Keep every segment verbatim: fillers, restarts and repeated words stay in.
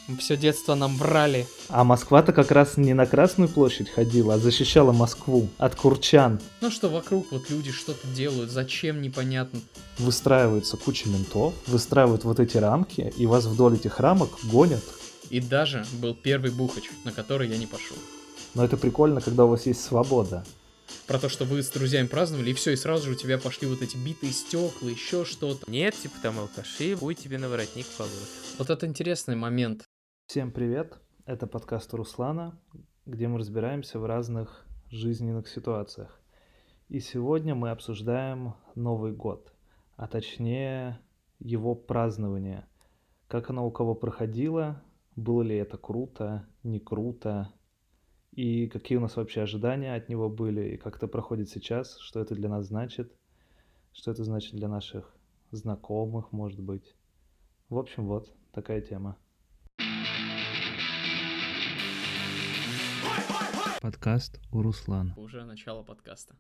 Все детство нам врали. А Москва-то как раз не на Красную площадь ходила, а защищала Москву от курчан. Ну что вокруг вот люди что-то делают, зачем, непонятно. Выстраивается куча ментов, выстраивают вот эти рамки, и вас вдоль этих рамок гонят. И даже был первый бухач, на который я не пошел. Но это прикольно, когда у вас есть свобода. Про то, что вы с друзьями праздновали, и все, и сразу же у тебя пошли вот эти битые стекла, еще что-то. Нет, типа там алкаши, хуй тебе на воротник положит. Вот это интересный момент. Всем привет, это подкаст Руслана, где мы разбираемся в разных жизненных ситуациях. И сегодня мы обсуждаем Новый год, а точнее его празднование. Как оно у кого проходило, было ли это круто, не круто, и какие у нас вообще ожидания от него были, и как это проходит сейчас, что это для нас значит, что это значит для наших знакомых, может быть. В общем, вот такая тема. Подкаст у Руслана. Уже начало подкаста.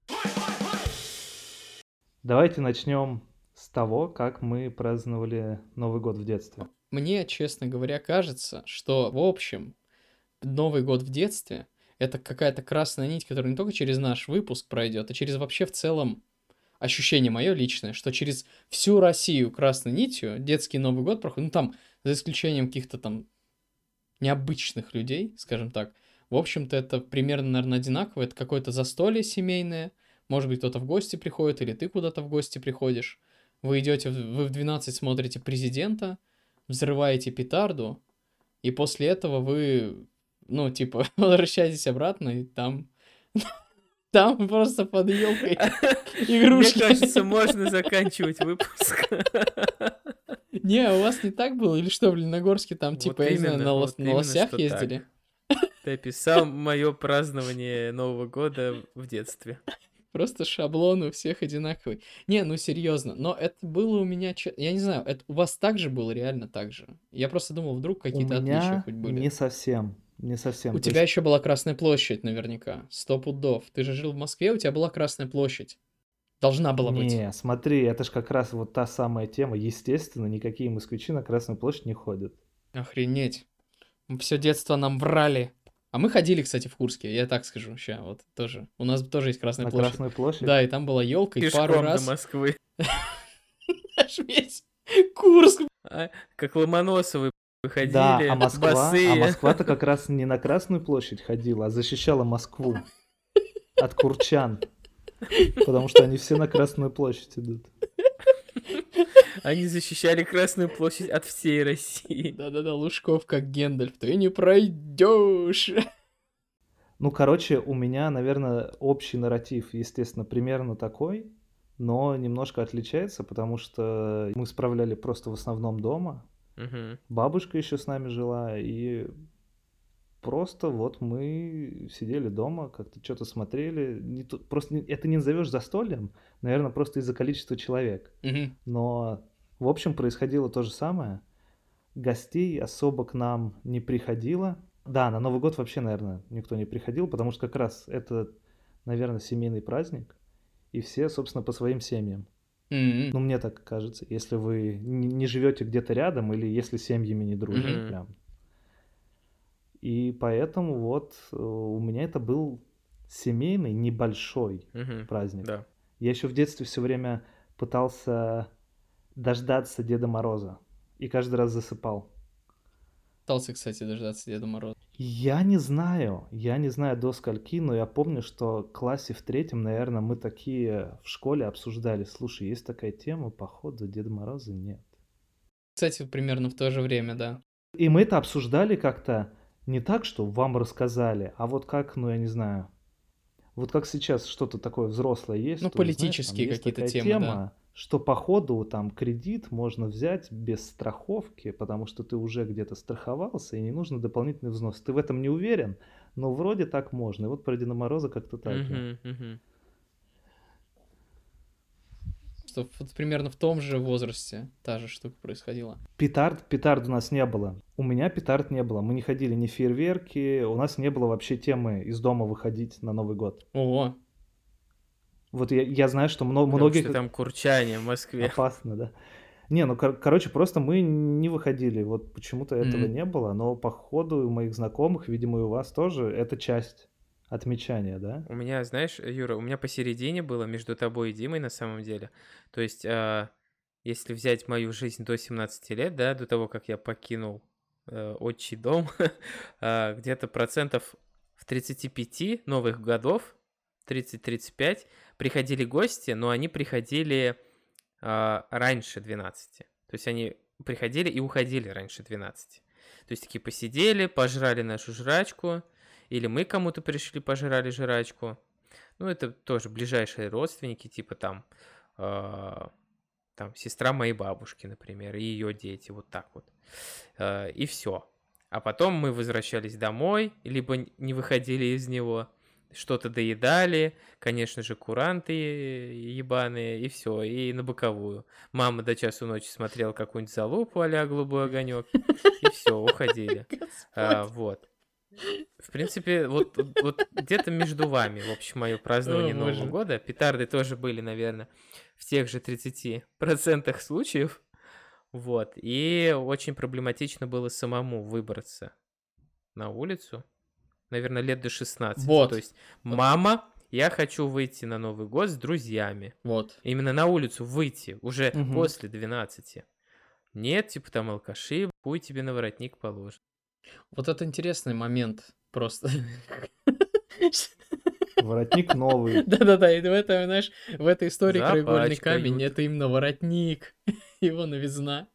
Давайте начнем с того, как мы праздновали Новый год в детстве. Мне, честно говоря, кажется, что, в общем, Новый год в детстве — это какая-то красная нить, которая не только через наш выпуск пройдет, а через вообще в целом ощущение мое личное, что через всю Россию красной нитью детский Новый год проходит, ну там, за исключением каких-то там необычных людей, скажем так. В общем-то, это примерно, наверное, одинаково. Это какое-то застолье семейное. Может быть, кто-то в гости приходит, или ты куда-то в гости приходишь. Вы идете, вы в двенадцать смотрите «Президента», взрываете петарду, и после этого вы, ну, типа, возвращаетесь обратно, и там... Там просто под елкой игрушки. Мне кажется, можно заканчивать выпуск. Не, у вас не так было? Или что, в Леногорске там, Вот типа, я не знаю, именно, на, лос- вот на именно, лосях что ездили? Ты описал мое празднование Нового года в детстве. Просто шаблон у всех одинаковый. Не, ну серьезно, но это было у меня... че- Я не знаю, это у вас так же было, реально так же? Я просто думал, вдруг какие-то У отличия меня хоть были. не совсем, не совсем. У То тебя есть еще была Красная площадь наверняка, сто пудов. Ты же жил в Москве, у тебя была Красная площадь. Должна была быть. Не, смотри, это ж как раз вот та самая тема. Естественно, никакие москвичи на Красную площадь не ходят. Охренеть. Все детство нам врали. А мы ходили, кстати, в Курске, я так скажу, ща, вот тоже. У нас тоже есть Красная На площадь. Красную площадь? Да, и там была елка, и пару Пешком раз... до Москвы. Аж весь Курск. А, как Ломоносовы выходили, Да, а Москва, босые. а Москва-то как раз не на Красную площадь ходила, а защищала Москву от курчан. Потому что они все на Красную площадь идут. Они защищали Красную площадь от всей России. Да-да-да, Лужков как Гендальф, ты не пройдешь. Ну, короче, у меня, наверное, общий нарратив, естественно, примерно такой, но немножко отличается, потому что мы справляли просто в основном дома. Мгм. Бабушка еще с нами жила, и просто вот мы сидели дома, как-то что-то смотрели. Не то- просто не- это не назовешь застольем, наверное, просто из-за количества человек. Мгм. Но, в общем, происходило то же самое. Гостей особо к нам не приходило. Да, на Новый год вообще, наверное, никто не приходил, потому что как раз это, наверное, семейный праздник, и все, собственно, по своим семьям. М. Ну, мне так кажется, если вы не не живете где-то рядом или если семьями не дружите Мгм. прям. И поэтому вот э, у меня это был семейный небольшой Мгм. праздник. Да. Я еще в детстве все время пытался дождаться Деда Мороза и каждый раз засыпал. Пытался, кстати, дождаться Деда Мороза. Я не знаю, я не знаю до скольки, но я помню, что в классе в третьем, наверное, мы такие в школе обсуждали. Слушай, есть такая тема, походу Деда Мороза нет. Кстати, примерно в то же время, да. И мы это обсуждали как-то не так, что вам рассказали, а вот как, ну я не знаю, вот как сейчас что-то такое взрослое есть, Ну, что, знаешь, там политические есть какие-то такая темы, да. тема, что походу там кредит можно взять без страховки, потому что ты уже где-то страховался и не нужно дополнительный взнос. Ты в этом не уверен, но вроде так можно. И вот про Деда Мороза как-то так же. Мгм, мгм. Что вот примерно в том же возрасте та же штука происходила. Петард, петард у нас не было. У меня петард не было. Мы не ходили ни в фейерверки, у нас не было вообще темы из дома выходить на Новый год. Ого. Вот я, я знаю, что мно- Потому многих что там курчане в Москве. опасно, да. Не, ну, кор- короче, просто мы не выходили. Вот почему-то этого Мгм. не было, но по ходу у моих знакомых, видимо, и у вас тоже, это часть отмечания, да? У меня, знаешь, Юра, у меня посередине было между тобой и Димой на самом деле. То есть, а, если взять мою жизнь до семнадцати лет, да, до того, как я покинул э, отчий дом, а, где-то процентов в тридцати пяти новых годов, тридцать-тридцать пять, приходили гости, но они приходили а, раньше двенадцати. То есть они приходили и уходили раньше двенадцати. То есть такие посидели, пожрали нашу жрачку, или мы кому-то пришли, пожрали жрачку. Ну, это тоже ближайшие родственники, типа там, а, там сестра моей бабушки, например, и ее дети, вот так вот. А, и все. А потом мы возвращались домой, либо н- не выходили из него, что-то доедали, конечно же, куранты ебаные, и все, и на боковую. Мама до часу ночи смотрела какую-нибудь залупу а-ля «Голубой огонек», и все, уходили. А, Господь. вот. В принципе, вот, вот вот где-то между вами, в общем, мое О, празднование Нового боже. года. Петарды тоже были, наверное, в тех же тридцати процентах случаев. Вот. И очень проблематично было самому выбраться на улицу. Наверное, лет до шестнадцати. То Вот. есть, Вот. мама, я хочу выйти на Новый год с друзьями. Вот. Именно на улицу выйти уже Мгм. после двенадцати. Нет, типа там алкаши, хуй тебе на воротник положит. Вот это интересный момент просто. Воротник новый. Да-да-да, и в этом, знаешь, в этой истории краеугольный камень — Запачкают. это именно воротник, его новизна.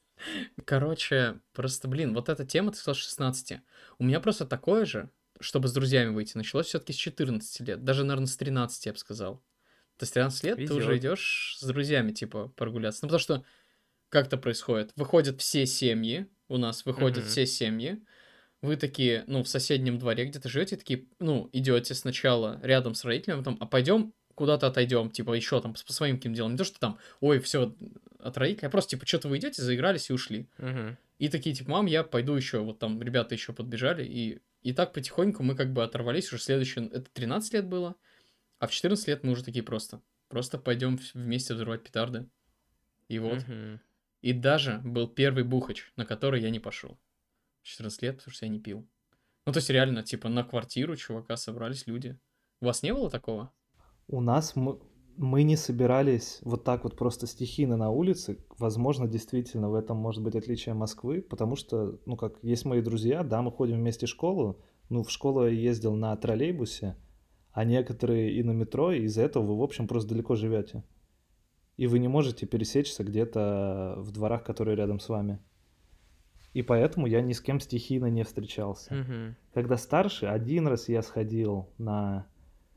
Короче, просто, блин, вот эта тема, ты сказал, с шестнадцати. У меня просто такое же, чтобы с друзьями выйти, началось все-таки с четырнадцати лет. Даже, наверное, с тринадцати, я бы сказал. То есть тринадцать лет ты уже Везет. идешь с друзьями, типа, прогуляться. Ну, потому что как это происходит? Выходят все семьи, у нас выходят Мгм. все семьи, вы такие, ну, в соседнем дворе где-то живете, такие, ну, идете сначала рядом с родителями, потом, а пойдем куда-то отойдем, типа, еще там по своим каким делам. Не то, что там, ой, все от родителей, а просто, типа, что-то вы идете, заигрались и ушли. Мгм. И такие, типа, мам, я пойду еще, вот там ребята еще подбежали, и, и так потихоньку мы как бы оторвались, уже следующее, это тринадцать лет было, а в четырнадцать лет мы уже такие просто, просто пойдем вместе взрывать петарды. И вот. Мгм. И даже был первый бухач, на который я не пошел. В четырнадцать лет, потому что я не пил. Ну, то есть реально, типа, на квартиру чувака собрались люди. У вас не было такого? У нас мы, мы не собирались вот так вот просто стихийно на улице. Возможно, действительно, в этом может быть отличие Москвы, потому что, ну, как есть мои друзья, да, мы ходим вместе в школу. Ну, в школу я ездил на троллейбусе, а некоторые и на метро, и из-за этого вы, в общем, просто далеко живете. И вы не можете пересечься где-то в дворах, которые рядом с вами. И поэтому я ни с кем стихийно не встречался. Мгм. Когда старше, один раз я сходил на...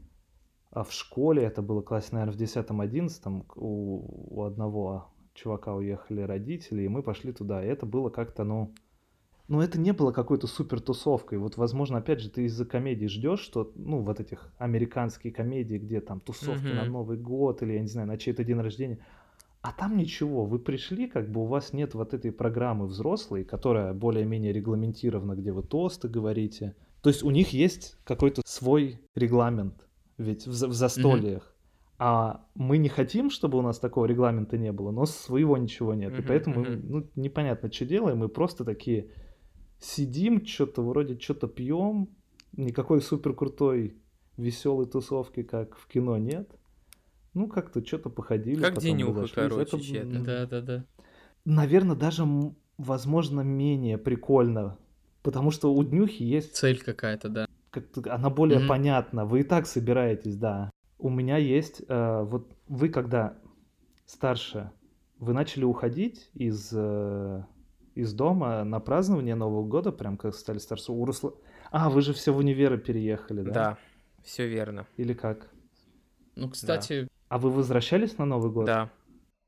А в школе, это было классе, наверное, в десятом-одиннадцатом, у, у одного чувака уехали родители, и мы пошли туда. И это было как-то, ну... Ну, это не было какой-то супер тусовкой. Вот, возможно, опять же, ты из-за комедий ждешь, что, ну, вот этих американские комедии, где там тусовки на Мгм. Новый год или, я не знаю, на чей-то день рождения. А там ничего, вы пришли, как бы у вас нет вот этой программы взрослой, которая более-менее регламентирована, где вы тосты говорите. То есть у них есть какой-то свой регламент, ведь в, за- в Мгм. застольях. А мы не хотим, чтобы у нас такого регламента не было, но своего ничего нет. И Мгм. поэтому, Мгм. ну, непонятно, что делаем, мы просто такие сидим, что-то вроде что-то пьем, никакой супер крутой веселой тусовки, как в кино, нет. Ну, как-то что-то походили, Как потом денюха, разошлись. Это, короче, честно. Да-да-да. наверное, даже, м, возможно, менее прикольно, потому что у днюхи есть Цель какая-то, да. как-то она более Мгм. понятна. Вы и так собираетесь, да. У меня есть, э, вот вы когда старше, вы начали уходить из, э, из дома на празднование Нового года, прям как стали старше. У Русла... А, вы же все в универы переехали, да? Да, все верно. Или как? Ну, Да. кстати, А вы возвращались на Новый год? Да.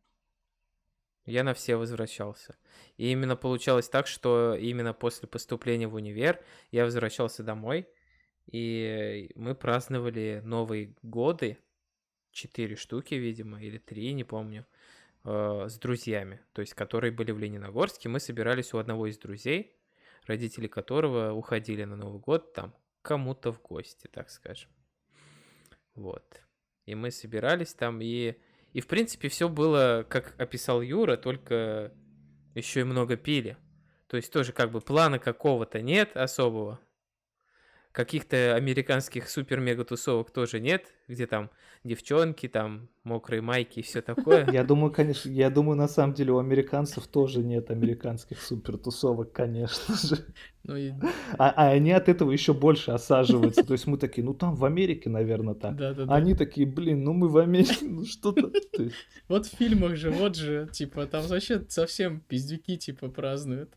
Я на все возвращался. И именно получалось так, что именно после поступления в универ я возвращался домой, и мы праздновали Новые годы, четыре штуки, видимо, или три, не помню, э, с друзьями, то есть которые были в Лениногорске. Мы собирались у одного из друзей, родители которого уходили на Новый год там к кому-то в гости, так скажем. Вот. И мы собирались там, и И, в принципе, все было, как описал Юра, только еще и много пили. То есть тоже как бы плана какого-то нет особого. Каких-то американских супер-мега-тусовок тоже нет, где там девчонки, там мокрые майки и все такое. Я думаю, конечно, я думаю, на самом деле у американцев тоже нет американских супертусовок, конечно же. Ну и А, а они от этого еще больше осаживаются. То есть мы такие, ну там в Америке, наверное, так. А да-да-да. они такие, блин, ну мы в Америке, ну что-то. То есть, Вот в фильмах же, вот же, типа, там вообще совсем пиздюки, типа, празднуют.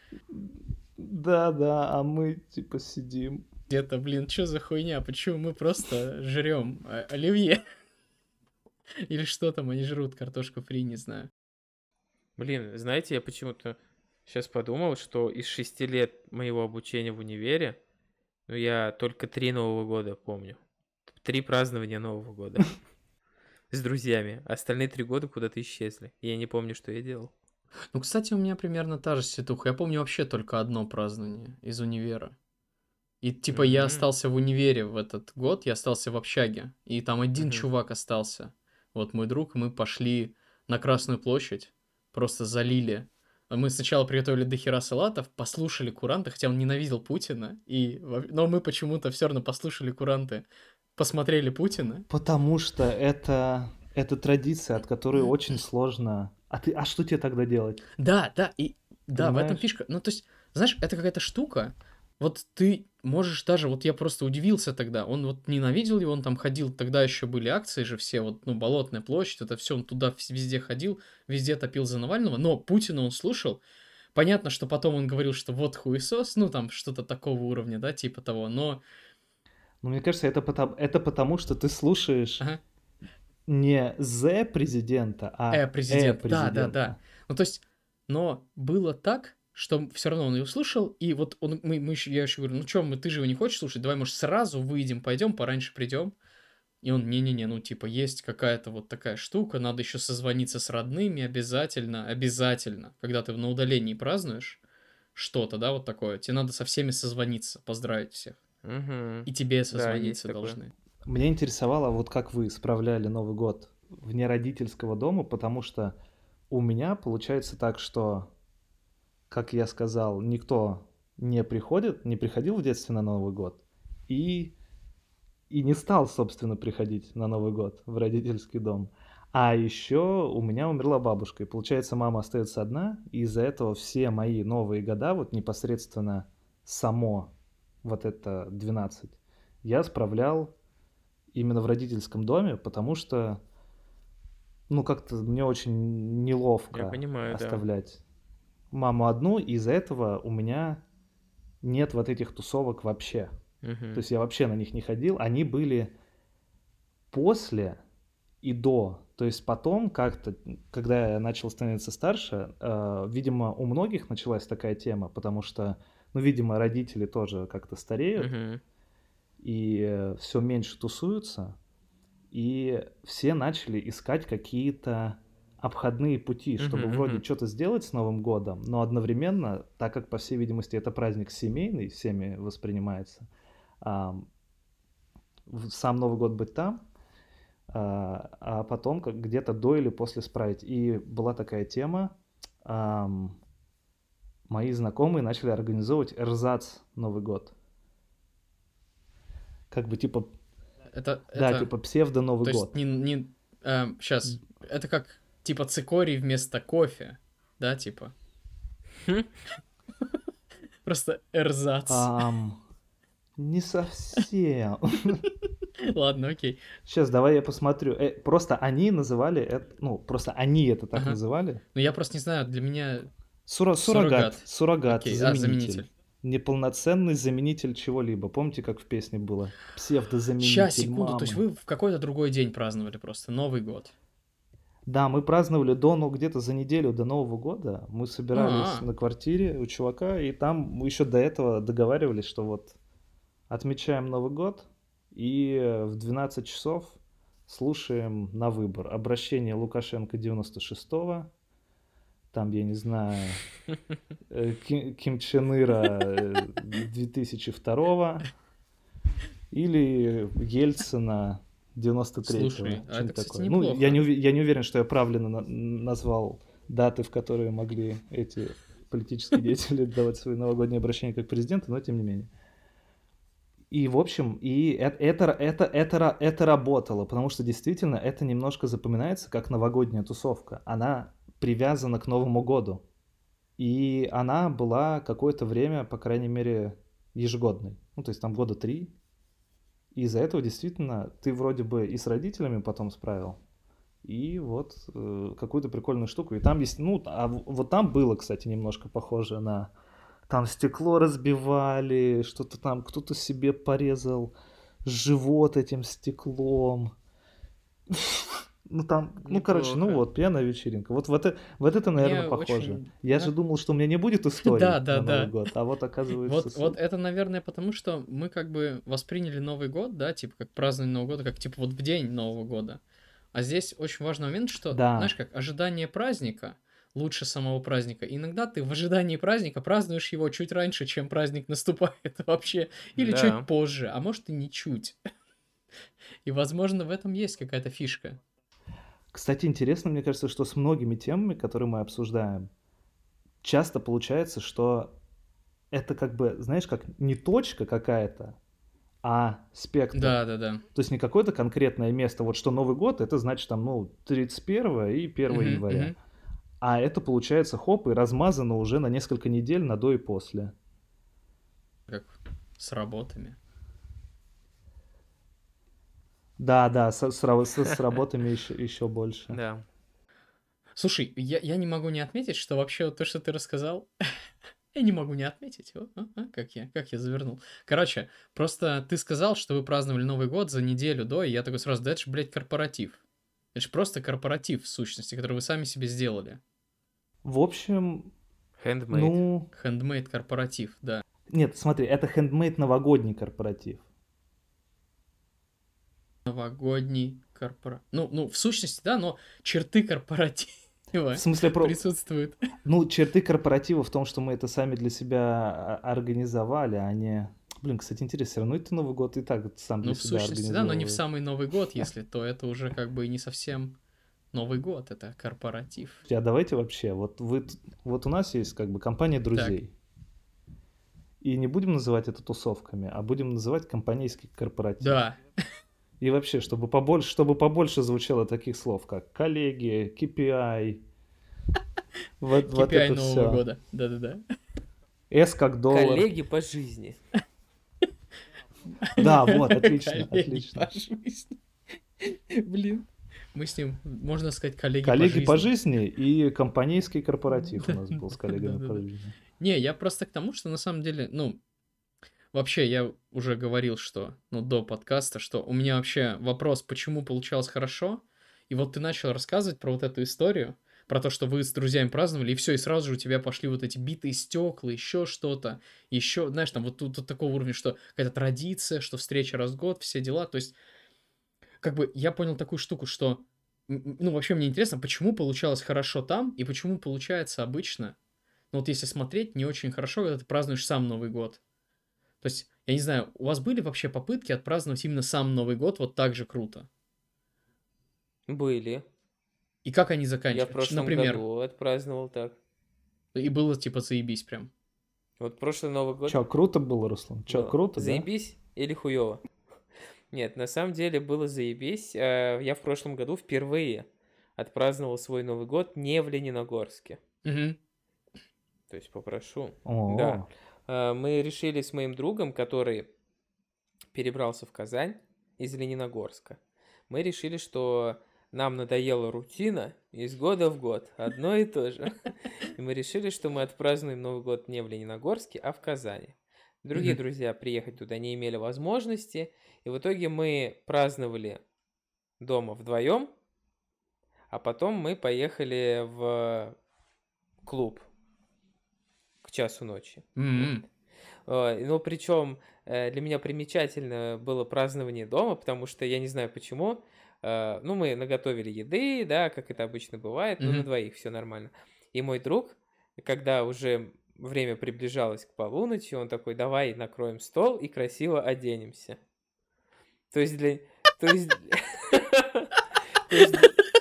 да, да, а мы типа сидим. Где-то, блин, что за хуйня? Почему мы просто жрем оливье? Или что там они жрут, картошку фри, не знаю. Блин, знаете, я почему-то сейчас подумал, что из шести лет моего обучения в универе, ну, я только три Нового года помню. Три празднования Нового года с друзьями. Остальные три года куда-то исчезли. И я не помню, что я делал. Ну, кстати, у меня примерно та же ситуха. Я помню вообще только одно празднование из универа. И типа я М. остался в универе в этот год, я остался в общаге. И там один Мгм. чувак остался. Вот мой друг, и мы пошли на Красную площадь, просто залили. Мы сначала приготовили дохера салатов, послушали куранты, хотя он ненавидел Путина, и... во- но мы почему-то все равно послушали куранты, посмотрели Путина. Потому что это, это традиция, от которой очень сложно. А ты, а что тебе тогда делать? Да, да, и да, в этом Понимаешь? фишка. Ну, то есть, знаешь, это какая-то штука. Вот ты можешь даже, вот я просто удивился тогда. Он вот ненавидел его, он там ходил, тогда еще были акции же все, вот, ну, Болотная площадь, это все, он туда вс- везде ходил, везде топил за Навального, но Путина он слушал. Понятно, что потом он говорил, что вот хуесос, ну, там, что-то такого уровня, да, типа того, но... Но мне кажется, это потому, это потому, что ты слушаешь Ага. не «зе» президента, а Э, «э» президент, да, да, да. президента. Ну, то есть, но было так, что все равно он ее слушал, и вот он, мы, мы еще, я еще говорю, ну что, мы, ты же его не хочешь слушать, давай, может, сразу выйдем, пойдем, пораньше придем. И он, не-не-не, ну, типа, есть какая-то вот такая штука, надо еще созвониться с родными обязательно, обязательно, когда ты на удалении празднуешь что-то, да, вот такое, тебе надо со всеми созвониться, поздравить всех, Мгм. и тебе Да, есть созвониться такое. должны. Мне интересовало, вот как вы справляли Новый год вне родительского дома, потому что у меня получается так, что, как я сказал, никто не приходит, не приходил в детстве на Новый год, и, и не стал, собственно, приходить на Новый год в родительский дом. А еще у меня умерла бабушка, и получается, мама остается одна, и из-за этого все мои новые года, вот непосредственно само вот это двенадцать, я справлял именно в родительском доме, потому что, ну, как-то мне очень Я неловко понимаю, да. оставлять маму одну, и из-за этого у меня нет вот этих тусовок вообще. То Мгм. есть я вообще на них не ходил, они были после и до. То есть потом как-то, когда я начал становиться старше, э, видимо, у многих началась такая тема, потому что, ну, видимо, родители тоже как-то стареют Мгм. и все меньше тусуются, и все начали искать какие-то обходные пути, чтобы Мгм, вроде мгм. что-то сделать с Новым годом, но одновременно, так как, по всей видимости, это праздник семейный, всеми воспринимается, ам, в сам Новый год быть там, а, а потом как где-то до или после справить. И была такая тема, ам, мои знакомые начали организовывать эрзац Новый год. Как бы типа, Это, да, это, типа псевдо-Новый то есть, год. не, не, сейчас, это как, типа, цикорий вместо кофе, да, типа? Хм. Просто эрзац. Ам, не совсем. Ладно, окей. Сейчас, давай я посмотрю. Э, просто они называли это, ну, просто они это так Ага. называли. Ну, я просто не знаю, для меня Сура- суррогат, суррогат. суррогат, Окей, а, заменитель. заменитель. Неполноценный заменитель чего-либо. Помните, как в песне было? Ща, Псевдозаменитель секунду, то есть мамы. вы в какой-то другой день праздновали просто, Новый год. Да, мы праздновали до, ну, где-то за неделю до Нового года. Мы собирались А, на квартире у чувака, и там мы еще до этого договаривались, что вот отмечаем Новый год, и э, в двенадцать часов слушаем на выбор обращение Лукашенко девяносто шестого, там, я не знаю, э, Ки- Ким Чен Ира э, две тысячи второго или Ельцина девяносто третьего, Слушай, а что-нибудь это, кстати, такое. Ну, я не, неплохо. уви- я не уверен, что я правильно на- назвал даты, в которые могли эти политические деятели давать свои новогодние обращения как президенты, но тем не менее. И, в общем, и э- это, это, это, ра- это работало, потому что действительно это немножко запоминается как новогодняя тусовка. Она привязана к Новому году. И она была какое-то время, по крайней мере, ежегодной. Ну, то есть там года три. И из-за этого действительно ты вроде бы и с родителями потом справил, и вот э, какую-то прикольную штуку. И там есть, ну, а в- вот там было, кстати, немножко похоже на... Там стекло разбивали, что-то там кто-то себе порезал живот этим стеклом. Ну там, ну короче, ну Неплохо. вот, пьяная вечеринка. Вот, вот, это, вот это, наверное, Мне похоже. очень... Я же на- думал, что у меня не будет Да, историй да, на Новый да. год, а вот оказывается... Вот, вот с- это, наверное, потому что мы как бы восприняли Новый год, да, типа как празднование Нового года, как типа вот в день Нового года. А здесь очень важный момент, что, знаешь, Да, как ожидание праздника лучше самого праздника. Иногда ты в ожидании праздника празднуешь его чуть раньше, чем праздник наступает вообще, или чуть Да. позже, а может и не чуть. И, возможно, в этом есть какая-то фишка. кстати, интересно, мне кажется, что с многими темами, которые мы обсуждаем, часто получается, что это как бы, знаешь, как не точка какая-то, а спектр. Да, да, да. То есть не какое-то конкретное место, вот что Новый год, это значит там, ну, тридцать первого и первого Мгм, января. мгм. А это получается хоп и размазано уже на несколько недель на до и после. Как с работами. Да, да, с, с ра- с- с работами еще, еще больше. Да. Слушай, я, я не могу не отметить, что вообще вот то, что ты рассказал, я не могу не отметить. О, а, а, как я, как я завернул. Короче, просто ты сказал, что вы праздновали Новый год за неделю до, и я такой сразу, да это же, блядь, корпоратив. Это же просто корпоратив, в сущности, который вы сами себе сделали. В общем, Handmade. ну... Handmade корпоратив, да. Нет, смотри, это хендмейд новогодний корпоратив. Новогодний корпоратив. Ну, ну, в сущности, да, но черты В корпоратива смысле, про... присутствуют. ну, черты корпоратива в том, что мы это сами для себя а- организовали, а не... Блин, кстати, интересно, все равно это Новый год и так сам для Ну, в себя сущности, да, но не в организовываешь. самый Новый год, если, то это уже как бы и не совсем Новый год, это корпоратив. А давайте вообще, вот вы, т- вот у нас есть как бы компания Так, друзей. И не будем называть это тусовками, а будем называть компанейский корпоратив. да, И вообще, чтобы побольше, чтобы побольше звучало таких слов, как коллеги, кей пи ай, вот, вот кей пи ай это Нового все. года, да-да-да. S как доллар. Коллеги по жизни. Да, вот, отлично, Коллеги отлично. по жизни. Блин, мы с ним, можно сказать, коллеги по Коллеги по жизни. жизни и компанейский корпоратив у нас был с коллегами по Да-да-да. жизни. Не, я просто к тому, что на самом деле, ну, вообще, я уже говорил, что, ну, до подкаста, что у меня вообще вопрос, почему получалось хорошо, и вот ты начал рассказывать про вот эту историю, про то, что вы с друзьями праздновали, и все, и сразу же у тебя пошли вот эти битые стекла, еще что-то, еще, знаешь, там вот тут, тут такого уровня, что какая-то традиция, что встреча раз в год, все дела, то есть, как бы я понял такую штуку, что, м, м, ну, вообще мне интересно, почему получалось хорошо там, и почему получается обычно, ну, вот если смотреть, не очень хорошо, когда ты празднуешь сам Новый год. То есть, я не знаю, у вас были вообще попытки отпраздновать именно сам Новый год вот так же круто? Были. И как они Я в заканчивались? прошлом Например, году отпраздновал так. и было типа заебись прям. Вот прошлый Новый год. Чё, круто было, Руслан? Чё, было. круто, да? Заебись или хуёво? Нет, на самом деле было заебись. Э, Я в прошлом году впервые отпраздновал свой Новый год не в Лениногорске. Мгм. То есть попрошу. О, Да. Э, Мы решили с моим другом, который перебрался в Казань из Лениногорска. Мы решили, что нам надоела рутина из года в год, одно и то же. И мы решили, что мы отпразднуем Новый год не в Лениногорске, а в Казани. Другие Мгм. друзья приехать туда не имели возможности, и в итоге мы праздновали дома вдвоем, а потом мы поехали в клуб к часу ночи. М-м. Э, Ну, причем э, для меня примечательно было празднование дома, потому что я не знаю почему. э, Ну, мы наготовили еды, да, как это обычно бывает, ну, на Мгм. двоих все нормально. И мой друг, когда уже время приближалось к полуночи, он такой, давай накроем стол и красиво оденемся. То есть для, То есть... То есть...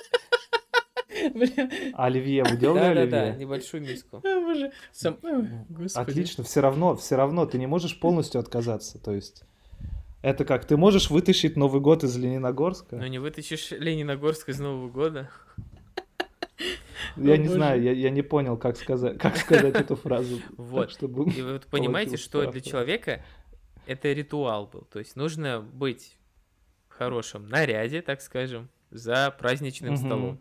Бля, Оливье, вы делали Да-да-да, оливье? небольшую миску. а, боже. Сам... ой, Ну, Господи. Отлично, все равно, все равно ты не можешь полностью отказаться. То есть это как, ты можешь вытащить Новый год из Но Лениногорска? не вытащишь Лениногорск из Нового года. Я О, не знаю, боже. я, я не понял, как сказать, как сказать эту фразу так, Вот. чтобы И вы вот понимаете, получилось что для правда. человека это ритуал был. То есть нужно быть в хорошем наряде, так скажем, за праздничным Мгм. столом.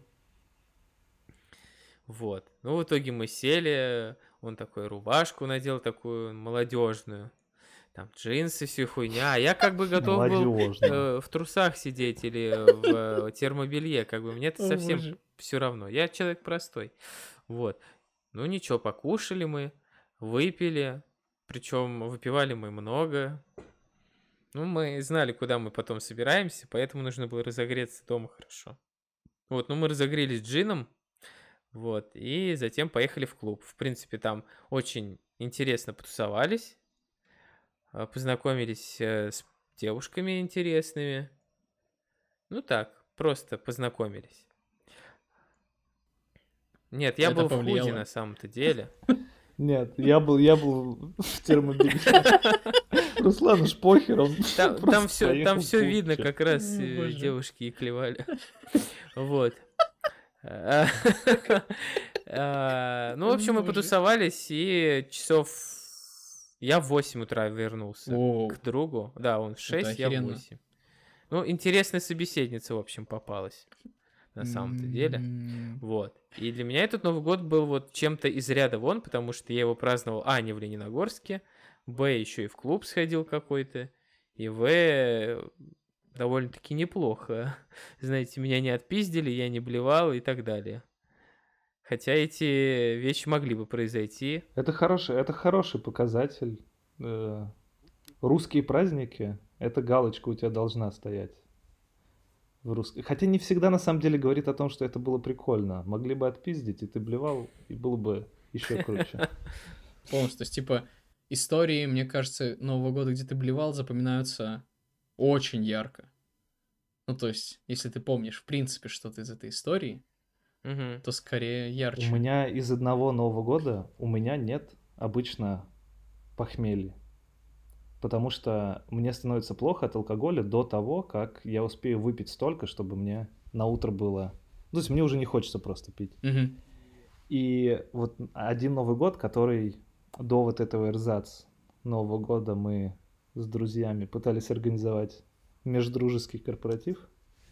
Вот. Ну, в итоге мы сели, он такой рубашку надел такую молодежную, там джинсы, всю хуйня. А я как бы готов был Молодежно. э, в трусах сидеть или в э, термобелье. Как бы мне это О, совсем боже. все равно. Я человек простой. Вот. Ну ничего, покушали мы, выпили. Причем выпивали мы много. Ну, мы знали, куда мы потом собираемся, поэтому нужно было разогреться дома хорошо. Вот, ну мы разогрелись джином, вот, и затем поехали в клуб. В принципе, там очень интересно потусовались, а, познакомились э, с девушками интересными. Ну так, просто познакомились. Нет, я Это был в худи повлияло. на самом-то деле. Нет, я был, я был в термобелье. Руслан уж похер, он Там, просто там все, там поехал все в видно, Путче. как раз О, э, боже. девушки и клевали. Вот. А, а, Ну, в общем, мы Боже. потусовались, и часов... Я в восемь утра вернулся Воу, к другу. Да, он в это шесть, я в охеренно. восемь. Ну, интересная собеседница, в общем, попалась. На самом-то деле. М, Вот. И для меня этот Новый год был вот чем-то из ряда вон, потому что я его праздновал, а, не в Лениногорске, б, еще и в клуб сходил какой-то, и в, довольно-таки неплохо. Знаете, меня не отпиздили, я не блевал и так далее. Хотя эти вещи могли бы произойти. Это хороший, это хороший показатель. Э, Русские праздники, эта галочка у тебя должна стоять в русских. Хотя не всегда на самом деле говорит о том, что это было прикольно. Могли бы отпиздить, и ты блевал, и было бы еще круче. Полностью. То есть, типа, истории, мне кажется, Нового года, где ты блевал, запоминаются очень ярко. Ну, то есть, если ты помнишь, в принципе, что-то из этой истории, Мгм. то скорее У ярче. меня из одного Нового года, у меня нет обычно похмелья. Потому что мне становится плохо от алкоголя до того, как я успею выпить столько, чтобы мне на утро было... Ну, то есть мне уже не хочется просто пить. Мгм. И вот один Новый год, который до вот этого эрзац Нового года мы с друзьями пытались организовать междружеский корпоратив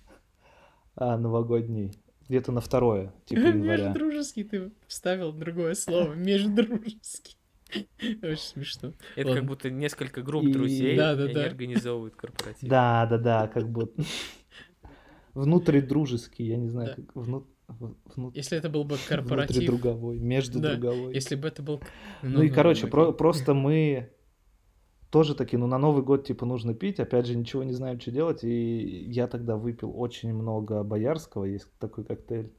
а, новогодний, где-то на второе, типа января. Междружеский, ты вставил другое слово. Междружеский. Очень смешно. Это как Ладно. будто несколько групп И- друзей, и они Да-да-да. организовывают корпоратив. Да, да, да, как будто внутридружеский, я не знаю, Да. как вну- в- вну- Если это был бы корпоратив... внутридруговой, междудруговой. Если бы это был... Ну и, короче, про- окей. просто мы тоже такие, ну, на Новый год, типа, нужно пить, опять же, ничего не знаем, что делать, и я тогда выпил очень много боярского, есть такой коктейль.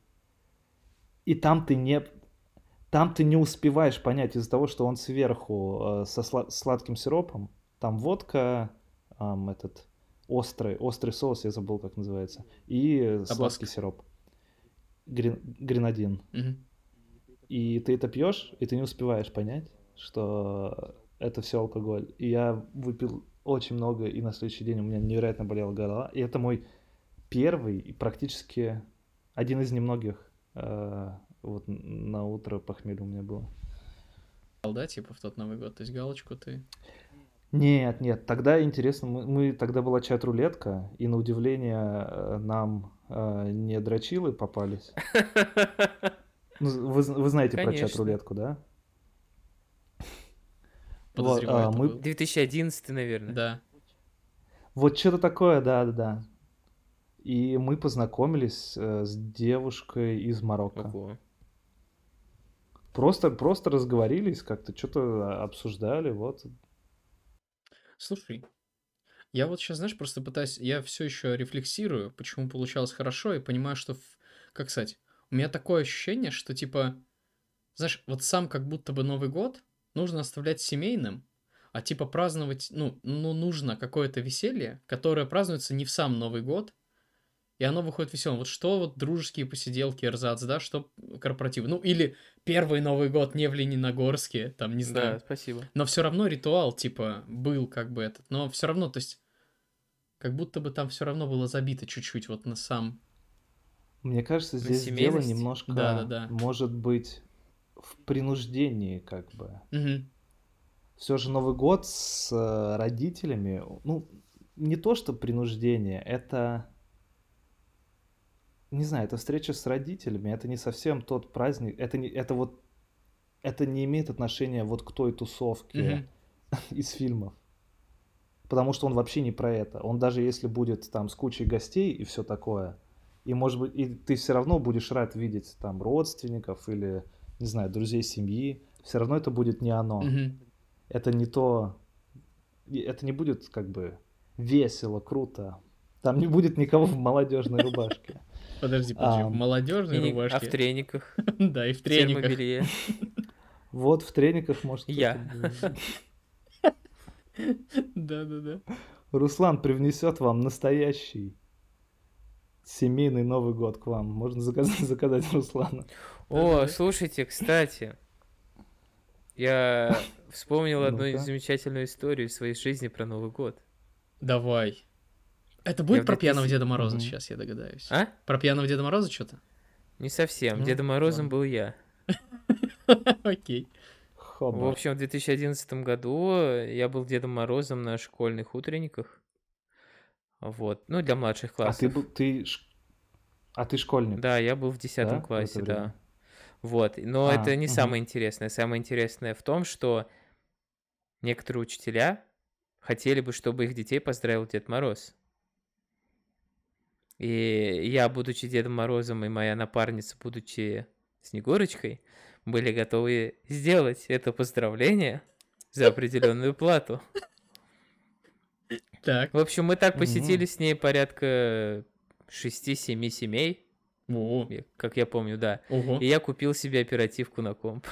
И там ты не, там ты не успеваешь понять из-за того, что он сверху э, со сла- сладким сиропом, там водка, ам, этот острый, острый соус, я забыл, как называется, и сладкий сироп, Грен- гренадин. Мгм. И ты это пьешь, и ты не успеваешь понять, что это все алкоголь. И я выпил очень много, и на следующий день у меня невероятно болела голова. И это мой первый и практически один из немногих э, вот на утро похмелья у меня было. Да, типа в тот Новый год. То есть галочку ты... Нет, нет, тогда интересно, мы, мы- тогда была чат-рулетка, и на удивление э, нам э, не дрочилы попались. Ну, вы, з- вы знаете про Конечно. чат-рулетку, да? Вот, Подозреваю, а, это мы, был. две тысячи одиннадцатый, наверное. Да. вот что-то такое, да-да-да. И мы познакомились э, с девушкой из Марокко. Ого. Просто, просто разговорились, как-то что-то обсуждали, вот. Слушай, я вот сейчас, знаешь, просто пытаюсь... Я все еще рефлексирую, почему получалось хорошо, и понимаю, что... в- Как сказать? У меня такое ощущение, что, типа... Знаешь, вот сам как будто бы Новый год нужно оставлять семейным, а типа праздновать, ну, ну нужно какое-то веселье, которое празднуется не в сам Новый год, и оно выходит веселым. Вот что вот дружеские посиделки, эрзац, да, что корпоративы. Ну, или первый Новый год не в Лениногорске, там, не Да, знаю. спасибо. Но все равно ритуал, типа, был как бы этот. Но все равно, то есть, как будто бы там все равно было забито чуть-чуть вот на сам... Мне кажется, На здесь дело семейность? немножко, Да-да-да. может быть, в принуждении, как бы. Мгм. Все же Новый год с э, родителями, ну, не то что принуждение, это, не знаю, это встреча с родителями, это не совсем тот праздник, это не, это вот, это не имеет отношения вот к той тусовке Мгм. из фильмов, потому что он вообще не про это. Он даже если будет там с кучей гостей и все такое, и может быть, и ты все равно будешь рад видеть там родственников или, не знаю, друзей семьи, все равно это будет не оно. Мгм. Это не то, и это не будет как бы весело, круто. Там не будет никого в молодежной рубашке. Подожди, подожди, в А, молодежной И не- А в рубашке? трениках, Да, и в в трениках. термобелье. вот в трениках, может, кто-то Я. будет. Да-да-да. Руслан привнесет вам настоящий семейный Новый год к вам. Можно заказать, заказать Руслана. О, Да-да-да. слушайте, кстати, я вспомнил одну Ну-ка. замечательную историю из своей жизни про Новый год. Давай. Это Я будет в про пьяного 2000 Деда Мороза Мгм. сейчас, я догадаюсь. А? Про пьяного Деда Мороза что-то? Не совсем. Ну, Дедом Морозом ладно. был я. Окей. В Хоба. общем, в две тысячи одиннадцатом году я был Дедом Морозом на школьных утренниках. Вот. Ну, для младших А ты классов. был, ты, ш- а ты школьник, Да, я был в десятом да, в это классе, да. время? Вот. Но это А, не мгм. самое интересное. Самое интересное в том, что некоторые учителя хотели бы, чтобы их детей поздравил Дед Мороз. И я, будучи Дедом Морозом, и моя напарница, будучи Снегурочкой, были готовы сделать это поздравление за определенную плату. Так. В общем, мы так М. посетили с ней порядка шести-семи семей, О, я- как я помню, да. И ого. я купил себе оперативку на комп.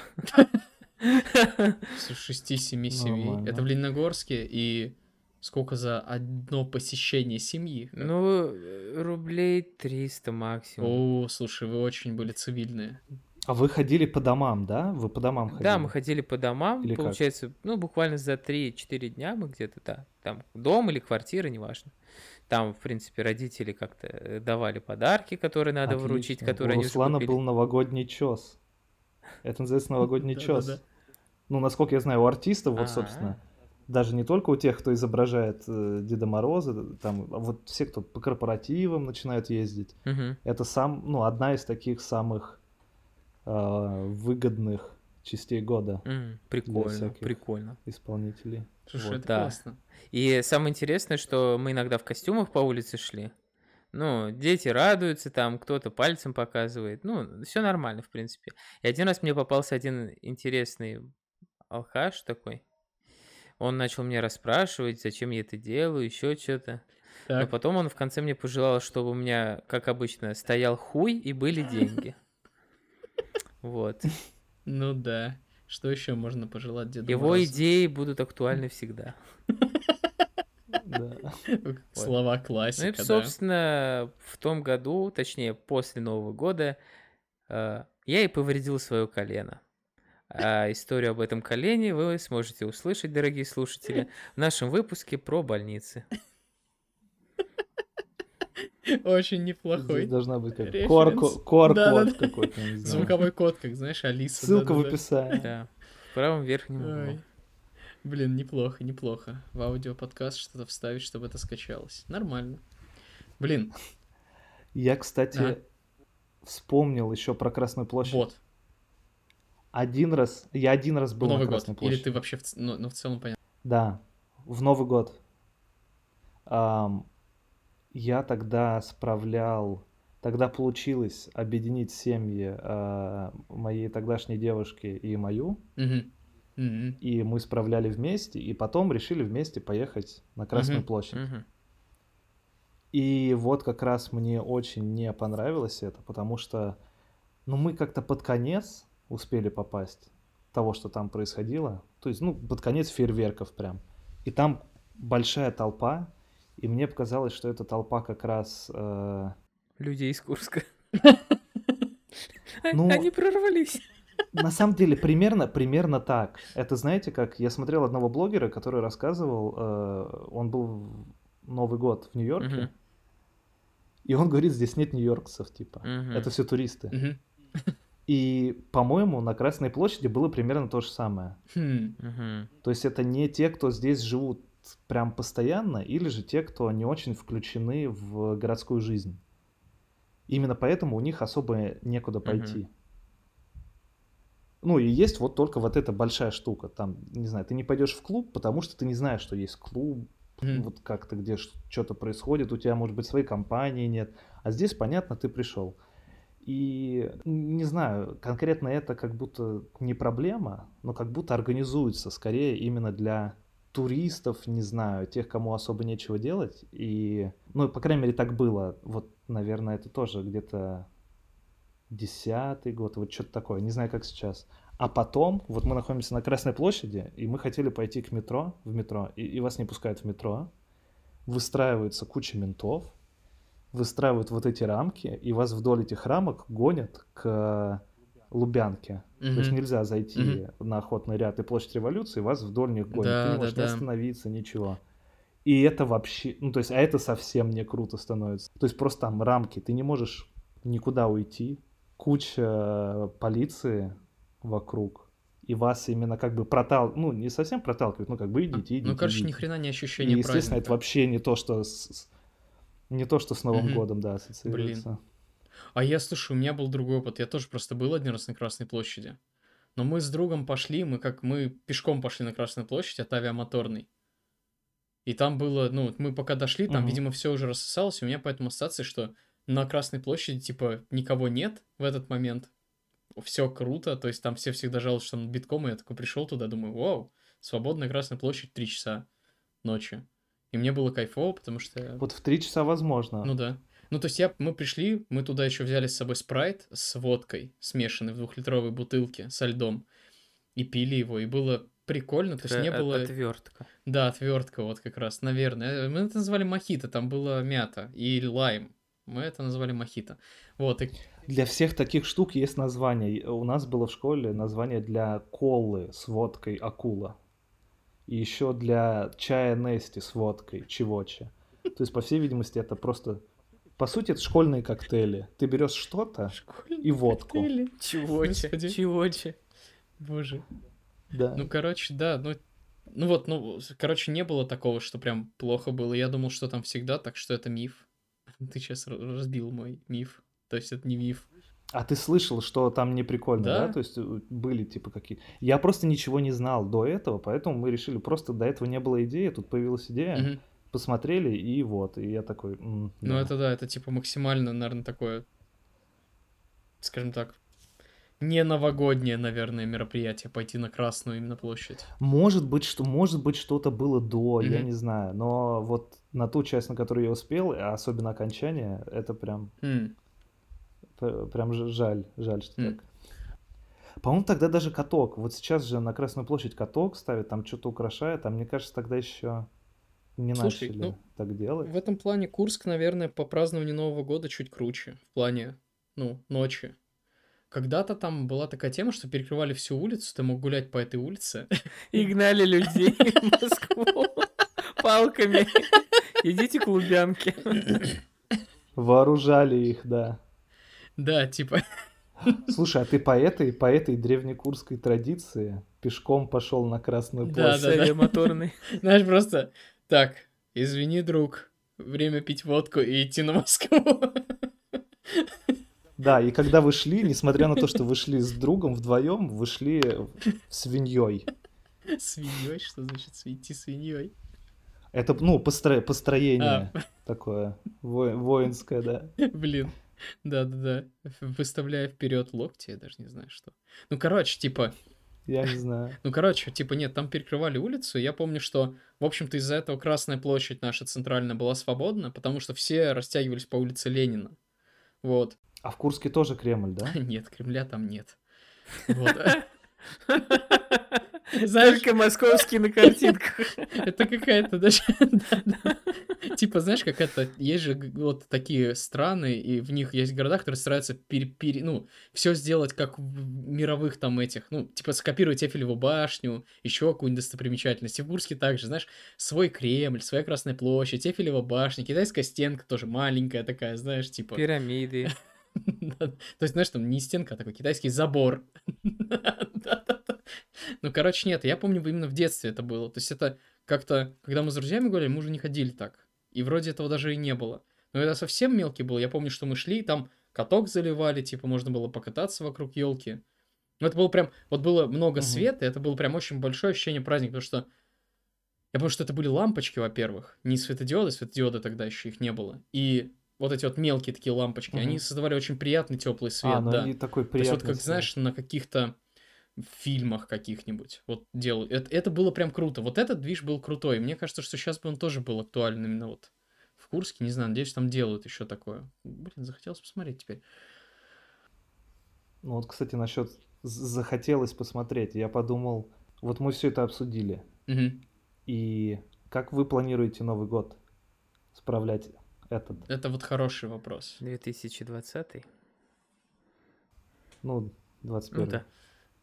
С шести-семи семей. Это в Нормально. Лениногорске. И сколько за одно посещение семьи? Как? Ну, э, рублей триста максимум. О, слушай, вы очень были цивильные. А вы ходили по домам, да? Вы по домам Да, мы ходили? ходили по домам, Или как? получается, ну, буквально за три-четыре дня мы где-то, да, там, дом или квартира, неважно. Там, в принципе, родители как-то э, давали подарки, которые надо вручить, Отлично. У которые они уже Руслана купили. был новогодний чес. Это называется новогодний чес. Да-да-да. Ну, насколько я знаю, у артистов, вот, А, собственно, даже не только у тех, кто изображает э, Деда Мороза, там, а вот все, кто по корпоративам начинают ездить, мгм. это сам, ну, одна из таких самых э, выгодных частей года М, для Прикольно, всяких прикольно. исполнителей. Слушай, Вот, это да. классно. И самое интересное, что мы иногда в костюмах по улице шли. Ну, дети радуются, там кто-то пальцем показывает. Ну, все нормально, в принципе. И один раз мне попался один интересный алкаш такой. Он начал меня расспрашивать, зачем я это делаю, еще что-то. Но Так. потом он в конце мне пожелал, чтобы у меня, как обычно, стоял хуй и были деньги. Вот. Ну да. Что еще можно пожелать Деду Его Морозу? идеи будут актуальны всегда. Да. Слова Ну и, классика, да. собственно, в том году, точнее, после Нового года, э, я и повредил свое колено. А историю об этом колене вы сможете услышать, дорогие слушатели, в нашем выпуске про больницы. Очень Здесь неплохой должна быть как референс. кор-код кор Да-да-да. какой-то, я не знаю. Звуковой код, как знаешь, Алиса. Ссылка в да-да-да. описании. Да, в правом верхнем углу. Ой. Блин, неплохо, неплохо. В аудиоподкаст что-то вставить, чтобы это скачалось. Нормально. Блин, Я, кстати, Ага. вспомнил еще про Красную площадь. вот, Один раз, я один раз в был на Новый год. Красной Или площади. ты вообще, в, ц- ну, ну, в целом понятно. Да, в Новый год. Ам, я тогда справлял, тогда получилось объединить семьи а, моей тогдашней девушки и мою, Мгм. Мгм. и мы справляли вместе, и потом решили вместе поехать на Красную Мгм. площадь. Мгм. И вот как раз мне очень не понравилось это, потому что, ну, мы как-то под конец успели попасть того, что там происходило. То есть, ну, под конец фейерверков прям. И там большая толпа, и мне показалось, что эта толпа как раз... э, Людей из Курска. Ну, Они прорвались. на самом деле, примерно, примерно так. Это, знаете, как я смотрел одного блогера, который рассказывал, э, он был в Новый год в Нью-Йорке, Мгм. и он говорит, здесь нет нью-йоркцев, типа. Мгм. Это все туристы. Мгм. И, по-моему, на Красной площади было примерно то же самое. Хм. Мгм. То есть это не те, кто здесь живут прям постоянно, или же те, кто не очень включены в городскую жизнь. Именно поэтому у них особо некуда Мгм. пойти. Ну и есть вот только вот эта большая штука. Там, не знаю, ты не пойдешь в клуб, потому что ты не знаешь, что есть клуб, Мгм. вот как-то где что-то происходит, у тебя, может быть, своей компании нет. А здесь, понятно, ты пришел. И не знаю, конкретно это как будто не проблема, но как будто организуется скорее именно для туристов, не знаю, тех, кому особо нечего делать. И, ну, по крайней мере, так было. Вот, наверное, это тоже где-то десятый год, вот что-то такое, не знаю, как сейчас. А потом, вот мы находимся на Красной площади, и мы хотели пойти к метро, в метро, и, и вас не пускают в метро, выстраивается куча ментов, выстраивают вот эти рамки, и вас вдоль этих рамок гонят к Лубянке. То есть Мгм. нельзя Мгм. зайти на Охотный ряд и Площадь Революции, вас вдоль них гонят. Ты не Да, да, можешь ни да. остановиться, ничего. И это вообще, ну то есть, а это совсем не круто становится. То есть просто там рамки, ты не можешь никуда уйти, куча полиции вокруг, и вас именно как бы протал, ну не совсем проталкивают, ну как бы А, идите, Ну, идите, короче, ни идите. хрена не И, ощущение естественно, это праздника. вообще не то, что с, с- не то, что с Новым Мгм. годом, да, Блин. ассоциируется. А я, слушай, у меня был другой опыт. Я тоже просто был один раз на Красной площади. Но мы с другом пошли, мы как мы пешком пошли на Красную площадь от Авиамоторной. И там было, ну, вот мы пока дошли, там, Мгм. видимо, все уже рассосалось, и у меня поэтому ассоциация, что на Красной площади, типа, никого нет в этот момент. Все круто, то есть там все всегда жалуются, что он битком, и я такой пришел туда, думаю, вау, свободная Красная площадь, три часа ночи. И мне было кайфово, потому что Вот в три часа ну возможно. да. Ну, то есть я, мы пришли, мы туда еще взяли с собой спрайт с водкой, смешанный в двухлитровой бутылке со льдом, и пили его, и было прикольно, то есть Такая не о- было... отвертка. Да, отвертка вот как раз, наверное. Мы это назвали мохито, там была мята и лайм. Мы это назвали мохито. Вот, и... Для всех таких штук есть название. И у нас было в школе название для колы с водкой акула. И еще для чая Нести с водкой чевоче. То есть, по всей видимости, это просто... По сути, это школьные коктейли. Ты берешь что-то и Школьные водку. коктейли. Чего-че? Господи. Чего-че? Боже. Да. Ну, короче, да, ну... Ну вот, ну, с- короче, не было такого, что прям плохо было. Я думал, что там всегда, так что это миф. Ты сейчас разбил мой миф. То есть это не миф. А ты слышал, что там не прикольно, да? Да? То есть э, были типа какие... Я просто ничего не знал до этого, поэтому мы решили, просто до этого не было идеи, тут появилась идея, Мгм. посмотрели, и вот. И я такой, «М, Ну, да». это да, это типа максимально, наверное, такое, скажем так, не новогоднее, наверное, мероприятие пойти на Красную именно площадь. Может быть, что, может быть, что-то было до, я Мгм. не знаю. Но вот на ту часть, на которую я успел, а особенно окончание, это прям, М, п- прям ж- жаль, жаль, что м. так. По-моему, тогда даже каток. Вот сейчас же на Красную площадь каток ставят, там что-то украшает, а мне кажется, тогда еще не Слушай, начали ну, так в делать. этом плане Курск, наверное, по празднованию Нового года чуть круче. В плане, ну, ночи. Когда-то там была такая тема, что перекрывали всю улицу, ты мог гулять по этой улице. И гнали людей в Москву палками. Идите к Лубянке. Вооружали их, да. Да, типа, Слушай, а ты по этой, по этой древнекурской традиции пешком пошел на Красную да, С да, площадь? да. авиамоторной. Знаешь, просто так, извини, друг, время пить водку и идти на Москву. Да, и когда вы шли, несмотря на то, что вы шли с другом вдвоем, вы шли свиньей. Свиньей? Что значит сви- идти свиньей? Это, ну, постро- А, построение такое во- воинское, да. блин. Да-да-да. Выставляя вперед локти, я даже не знаю что. Ну, короче, типа, Я не знаю. ну, короче, типа, нет, там перекрывали улицу. Я помню, что, в общем-то, из-за этого Красная площадь наша центральная была свободна, потому что все растягивались по улице Ленина. Вот. А в Курске тоже Кремль, да? Нет, Кремля там нет. Вот. Знаешь, Только московский на картинках. это какая-то даже... да, да. Типа, знаешь, как это... Есть же г- вот такие страны, и в них есть города, которые стараются пере, пере- ну, все сделать как в мировых там этих... Ну, типа, скопировать Эйфелеву башню, еще какую-нибудь достопримечательность. И в Курске также, знаешь, свой Кремль, своя Красная площадь, Эйфелева башня, китайская стенка тоже маленькая такая, знаешь, типа... Пирамиды. Да, то есть, знаешь, там не стенка, а такой китайский забор. Да-да-да. Ну, короче, нет, я помню, именно в детстве это было. То есть это как-то, когда мы с друзьями гуляли, мы уже не ходили так. И вроде этого даже и не было. Но это совсем мелкий был. Я помню, что мы шли, там каток заливали, типа можно было покататься вокруг елки. Ну, это было прям, вот было много Мгм. света, и это было прям очень большое ощущение праздника, потому что я помню, что это были лампочки, во-первых, не светодиоды, светодиоды тогда еще их не было. И вот эти вот мелкие такие лампочки, они Мгм. создавали очень приятный теплый А, свет, ну да. и такой То есть вот приятный как, свет. знаешь, на каких-то фильмах каких-нибудь вот делают. Это, это было прям круто. Вот этот движ был крутой. Мне кажется, что сейчас бы он тоже был актуален именно вот в Курске. Не знаю, надеюсь, там делают еще такое. Блин, захотелось посмотреть теперь. Ну вот, кстати, насчет захотелось посмотреть. Я подумал, вот мы все это обсудили. Мгм. И как вы планируете Новый год справлять этот? Это вот хороший вопрос. две тысячи двадцатый. Ну, двадцать Ну первый. да.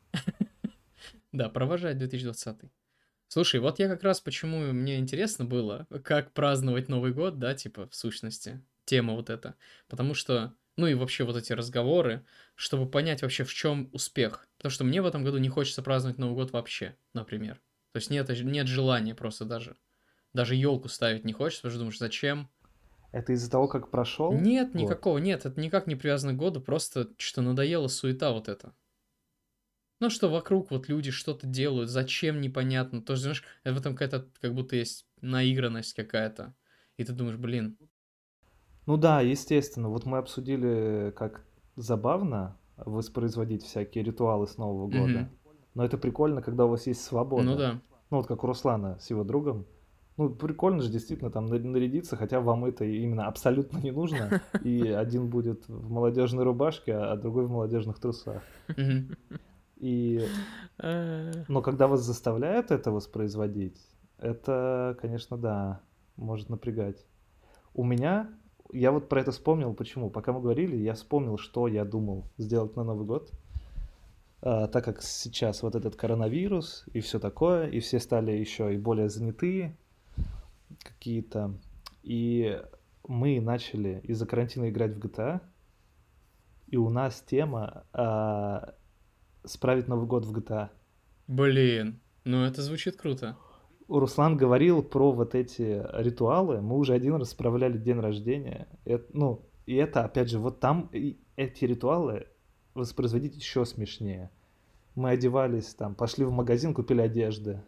Да, провожать две тысячи двадцатый. Слушай, вот я как раз почему мне интересно было, как праздновать Новый год, да, типа, в сущности, тема вот эта. Потому что, ну и вообще вот эти разговоры, чтобы понять вообще, в чем успех. Потому что мне в этом году не хочется праздновать Новый год вообще, например. То есть нет, нет желания просто даже. Даже елку ставить не хочется, потому что думаешь, зачем? Это из-за того, как прошел Нет, год? никакого, нет, это никак не привязано к году, просто что надоела суета вот эта. Ну, что вокруг вот люди что-то делают, зачем непонятно. То есть, знаешь, в этом какая-то, как будто есть наигранность какая-то. И ты думаешь, блин, Ну да, естественно. Вот мы обсудили, как забавно воспроизводить всякие ритуалы с Нового года. мгм, Но это прикольно, когда у вас есть ну свобода. да, Ну вот как у Руслана с его другом. Ну, прикольно же действительно там на- нарядиться, хотя вам это именно абсолютно не нужно. И один будет в молодежной рубашке, а другой в молодежных трусах. мгм, И... А, Но когда вас заставляют это воспроизводить, это, конечно, да, может напрягать. У меня, я вот про это вспомнил, почему. Пока мы говорили, я вспомнил, что я думал сделать на Новый год. А, так как сейчас вот этот коронавирус и все такое, и все стали еще и более занятые какие-то. И мы начали из-за карантина играть в джи ти эй, и у нас тема а, справить Новый год в джи ти эй. блин, ну это звучит круто. Руслан говорил про вот эти ритуалы. Мы уже один раз справляли день рождения. Это, ну, и это, опять же, вот там и эти ритуалы воспроизводить еще смешнее. Мы одевались там, пошли в магазин, купили одежды,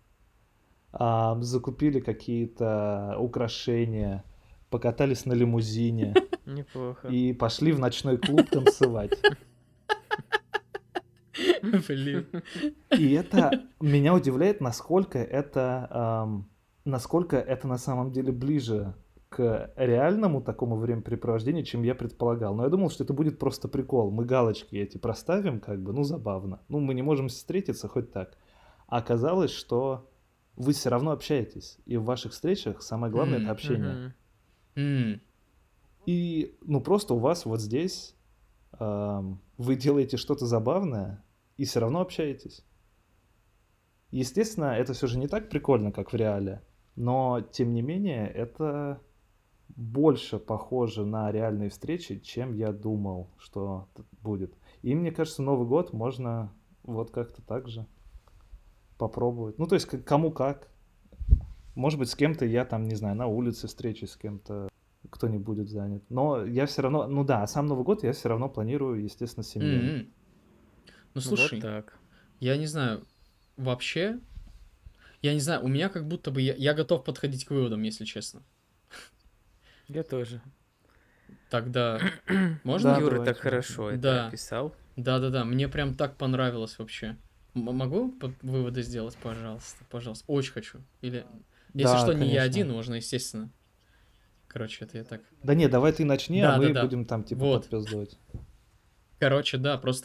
а, закупили какие-то украшения, покатались на лимузине неплохо. и пошли в ночной клуб танцевать. Блин, И это меня удивляет, насколько это, ам, насколько это на самом деле ближе к реальному такому времяпрепровождению, чем я предполагал. Но я думал, что это будет просто прикол. Мы галочки эти проставим, как бы, ну, забавно. Ну, мы не можем встретиться, хоть так. А оказалось, что вы все равно общаетесь. И в ваших встречах самое главное — это М, общение. Мгм. м, И, ну, просто у вас вот здесь ам, вы делаете что-то забавное и все равно общаетесь. Естественно, это все же не так прикольно, как в реале, но тем не менее это больше похоже на реальные встречи, чем я думал, что т- будет. И мне кажется, Новый год можно вот как-то так же попробовать. Ну, то есть к- кому как. Может быть, с кем-то я там, не знаю, на улице встречусь с кем-то, кто не будет занят. Но я все равно, ну да, а сам Новый год я все равно планирую, естественно, с семьей. м, м. Ну Вот слушай, так. я не знаю, вообще, я не знаю, у меня как будто бы я, я готов подходить к выводам, если честно. Я тоже. Тогда можно? Да, Юра так давайте, хорошо можно. это Да. описал. Да-да-да, мне прям так понравилось вообще. М- могу по- выводы сделать, пожалуйста, пожалуйста. Очень хочу. Или, если Да, что, не я конечно. один, можно, естественно. Короче, это я так. Да нет, давай ты начни, а мы Да-да-да. будем там типа Вот. подпиздывать. Короче, да, просто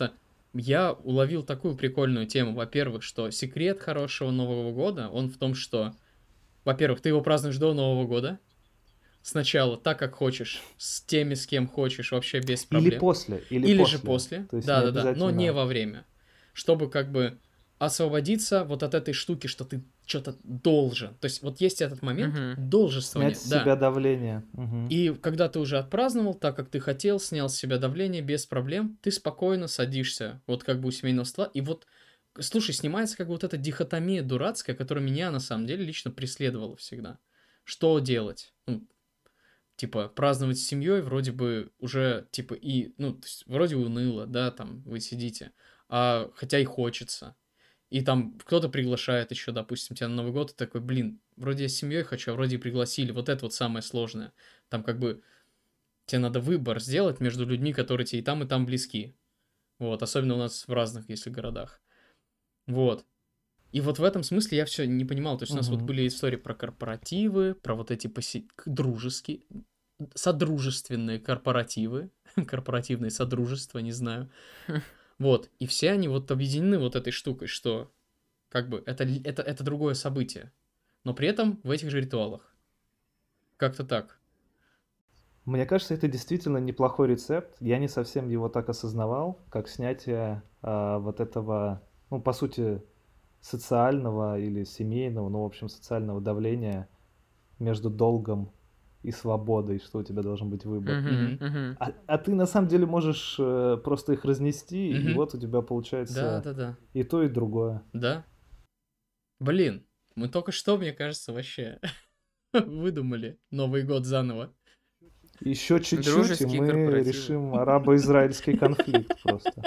я уловил такую прикольную тему. Во-первых, что секрет хорошего Нового года, он в том, что, во-первых, ты его празднуешь до Нового года. Сначала так, как хочешь, с теми, с кем хочешь, вообще без Или проблем. после, или Или же после. после. То есть не Да-да-да, но не обязательно. во время. Чтобы как бы освободиться вот от этой штуки, что ты что-то должен. То есть вот есть этот момент Мгм. должествования, Снять с да. себя давление. Мгм. И когда ты уже отпраздновал так, как ты хотел, снял с себя давление без проблем, ты спокойно садишься, вот как бы у семейного стола, и вот, слушай, снимается как бы вот эта дихотомия дурацкая, которая меня на самом деле лично преследовала всегда. Что делать? Ну, типа, праздновать с семьей вроде бы уже, типа, и, ну, то есть, вроде уныло, да, там, вы сидите, а хотя и хочется. И там кто-то приглашает еще, допустим, тебя на Новый год, и такой, блин, вроде я с семьей хочу, а вроде и пригласили. Вот это вот самое сложное. Там как бы тебе надо выбор сделать между людьми, которые тебе и там, и там близки. Вот, особенно у нас в разных, если городах. Вот. И вот в этом смысле я все не понимал. То есть у нас вот Мгм. были истории про корпоративы, про вот эти поси... к- дружеские, содружественные корпоративы, корпоративные содружества, не знаю. Вот, и все они вот объединены вот этой штукой, что как бы это, ли- это, это другое событие, но при этом в этих же ритуалах. Как-то так. Мне кажется, это действительно неплохой рецепт. Я не совсем его так осознавал, как снятие а, вот этого, ну, по сути, социального или семейного, ну, в общем, социального давления между долгом и свободой, что у тебя должен быть выбор. Мгм. Мгм. Мгм. А, а ты на самом деле можешь э, просто их разнести, и Мгм. вот у тебя Да, получается да, да. и то, и другое. Да. Блин, мы только что, мне кажется, вообще выдумали Новый год заново. Еще чуть-чуть, и Дружеские мы корпоративы. решим арабо-израильский конфликт просто.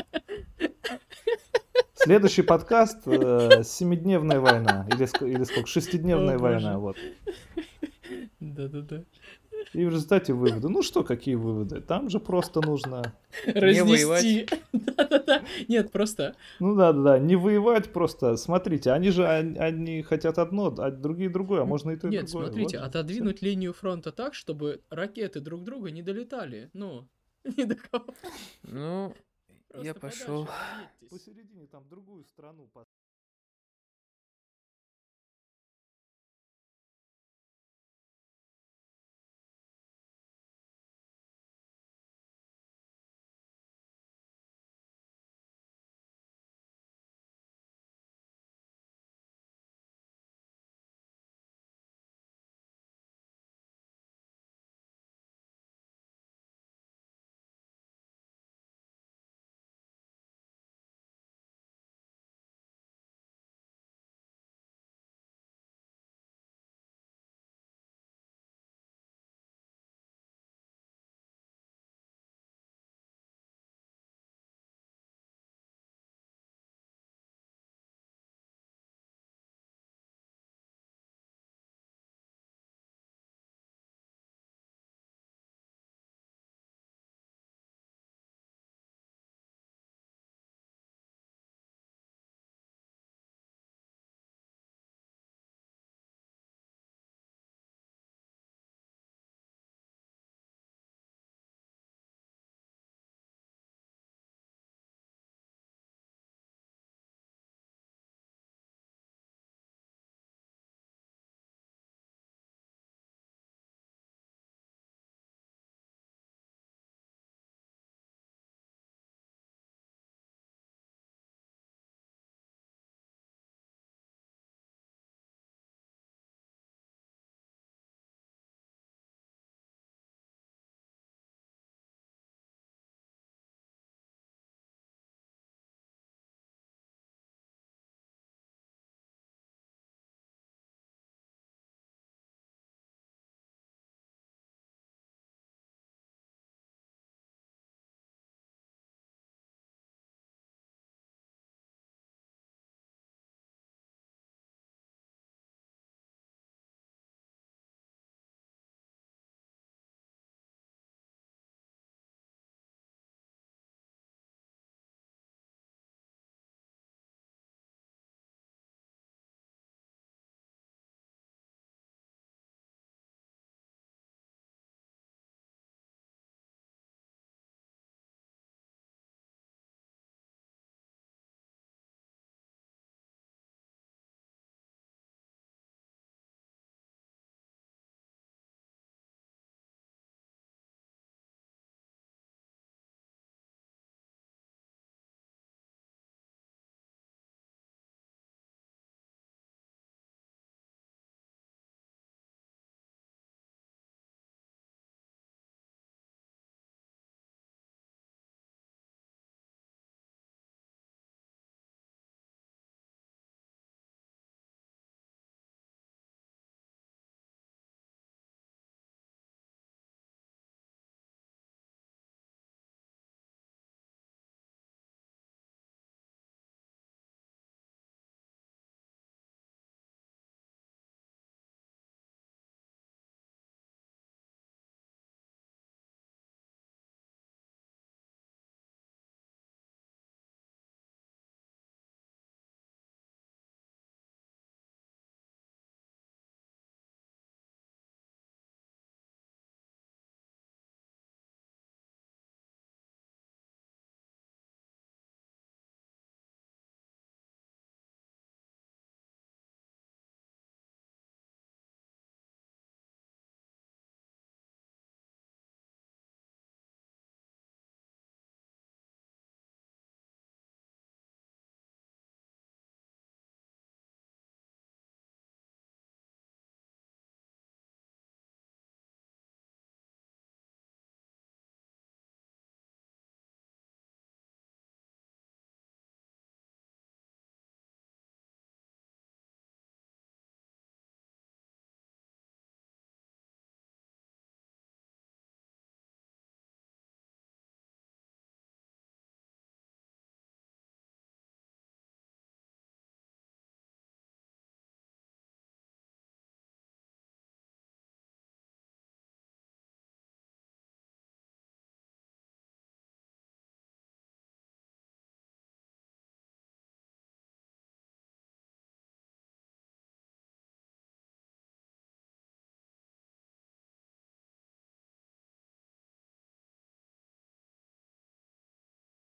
Следующий подкаст э, «Семидневная война». Или, ск- или сколько? О, Шестидневная война, боже. вот. Да-да-да. И в результате выводы. Ну что, какие выводы? Там же просто нужно... Не воевать. Разнести. Да-да-да. Нет, просто... Ну да-да-да, не воевать просто. Смотрите, они же, они, они хотят одно, а другие другое, а Н- можно и то, и Нет, другое. Вот смотрите, же, все. отодвинуть линию фронта так, чтобы ракеты друг друга не долетали. Ну, ни до кого. Ну, я Просто пошел. подальше отъедьтесь. Посередине там другую страну